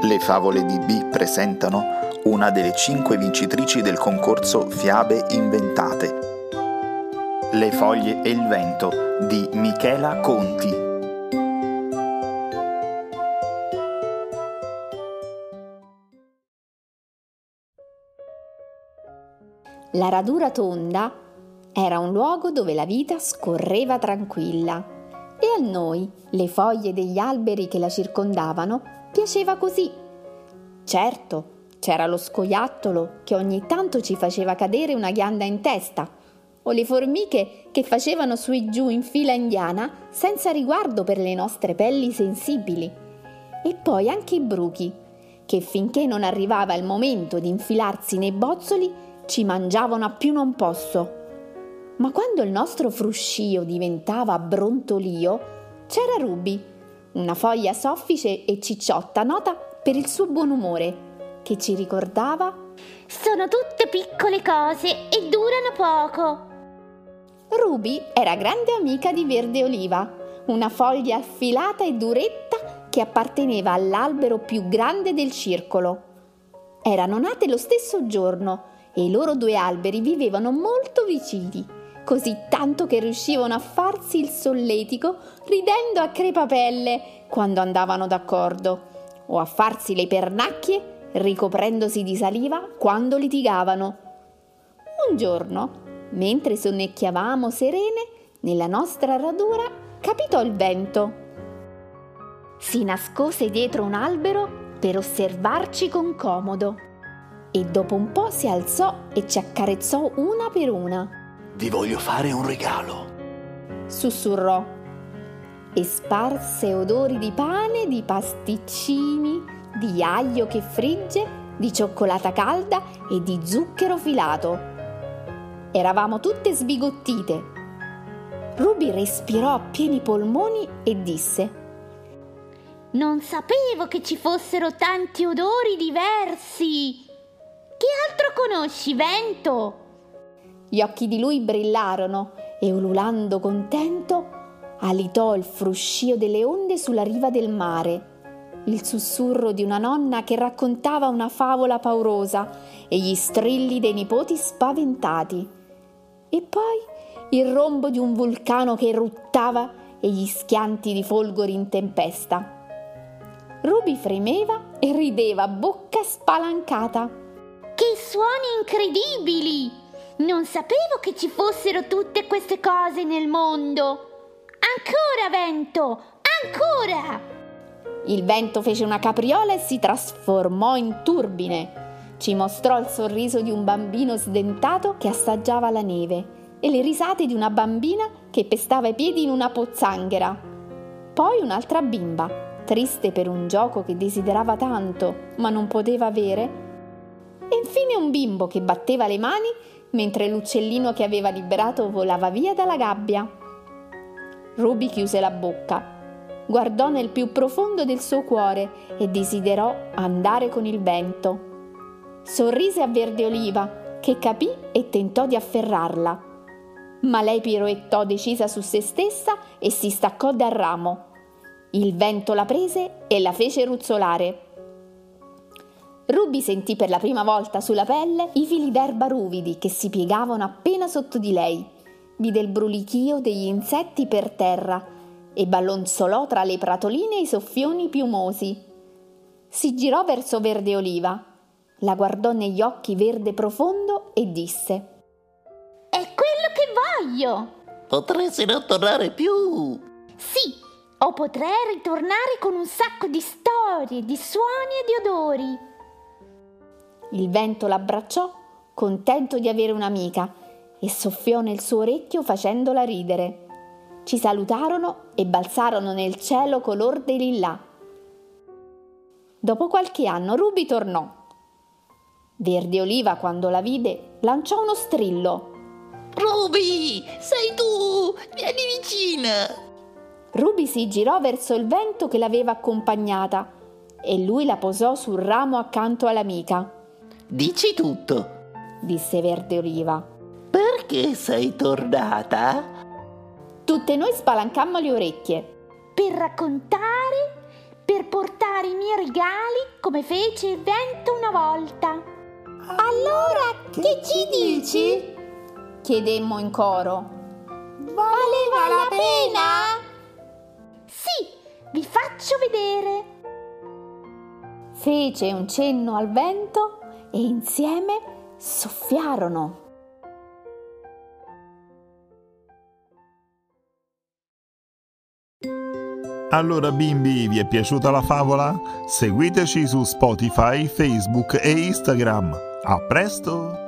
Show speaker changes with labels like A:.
A: Le favole di B presentano una delle 5 vincitrici del concorso Fiabe inventate. Le foglie e il vento di Michela Conti.
B: La radura tonda era un luogo dove la vita scorreva tranquilla e a noi, le foglie degli alberi che la circondavano, piaceva così. Certo, c'era lo scoiattolo che ogni tanto ci faceva cadere una ghianda in testa, o le formiche che facevano su e giù in fila indiana senza riguardo per le nostre pelli sensibili, e poi anche i bruchi, che finché non arrivava il momento di infilarsi nei bozzoli ci mangiavano a più non posso. Ma quando il nostro fruscio diventava brontolio, c'era Ruby, una foglia soffice e cicciotta nota per il suo buon umore, che ci ricordava:
C: sono tutte piccole cose e durano poco.
B: Ruby era grande amica di Verde Oliva, una foglia affilata e duretta che apparteneva all'albero più grande del circolo. Erano nate lo stesso giorno e i loro due alberi vivevano molto vicini, così tanto che riuscivano a farsi il solletico ridendo a crepapelle quando andavano d'accordo, o a farsi le pernacchie ricoprendosi di saliva quando litigavano. Un giorno, mentre sonnecchiavamo serene, nella nostra radura capitò il vento. Si nascose dietro un albero per osservarci con comodo e dopo un po' si alzò e ci accarezzò una per una.
D: Vi voglio fare un regalo,
B: sussurrò, e sparse odori di pane, di pasticcini, di aglio che frigge, di cioccolata calda e di zucchero filato. Eravamo tutte sbigottite. Ruby respirò a pieni polmoni e disse:
C: non sapevo che ci fossero tanti odori diversi. Che altro conosci, vento?
B: Gli occhi di lui brillarono e, ululando contento, alitò il fruscio delle onde sulla riva del mare, il sussurro di una nonna che raccontava una favola paurosa e gli strilli dei nipoti spaventati, e poi il rombo di un vulcano che eruttava e gli schianti di folgori in tempesta. Ruby fremeva e rideva a bocca spalancata.
C: Che suoni incredibili! Non sapevo che ci fossero tutte queste cose nel mondo. Ancora, vento! Ancora!
B: Il vento fece una capriola e si trasformò in turbine. Ci mostrò il sorriso di un bambino sdentato che assaggiava la neve e le risate di una bambina che pestava i piedi in una pozzanghera. Poi un'altra bimba, triste per un gioco che desiderava tanto ma non poteva avere. E infine un bimbo che batteva le mani mentre l'uccellino che aveva liberato volava via dalla gabbia. Ruby chiuse la bocca, guardò nel più profondo del suo cuore e desiderò andare con il vento. Sorrise a Verde Oliva, che capì e tentò di afferrarla. Ma lei piroettò decisa su se stessa e si staccò dal ramo. Il vento la prese e la fece ruzzolare. Ruby sentì per la prima volta sulla pelle i fili d'erba ruvidi che si piegavano appena sotto di lei, vide il brulichio degli insetti per terra e ballonzolò tra le pratoline e i soffioni piumosi. Si girò verso Verde Oliva, la guardò negli occhi verde profondo e disse:
C: è quello che voglio!
D: potresti non tornare più.
C: Sì, o potrei ritornare con un sacco di storie, di suoni e di odori.
B: Il vento l'abbracciò, contento di avere un'amica, e soffiò nel suo orecchio facendola ridere. Ci salutarono e balzarono nel cielo color dei lillà. Dopo qualche anno Ruby tornò. Verde Oliva, quando la vide, lanciò uno strillo.
D: Ruby, sei tu! Vieni vicina!
B: Ruby si girò verso il vento che l'aveva accompagnata e lui la posò sul ramo accanto all'amica.
D: Dici tutto,
B: disse Verde Oliva.
D: Perché sei tornata?
B: Tutte noi spalancammo le orecchie.
C: Per raccontare, per portare i miei regali come fece il vento una volta.
B: Allora, che ci dici? Chiedemmo in coro. Valeva la pena?
C: Sì, vi faccio vedere.
B: Fece un cenno al vento e insieme soffiarono.
E: Allora bimbi, vi è piaciuta la favola? Seguiteci su Spotify, Facebook e Instagram. A presto!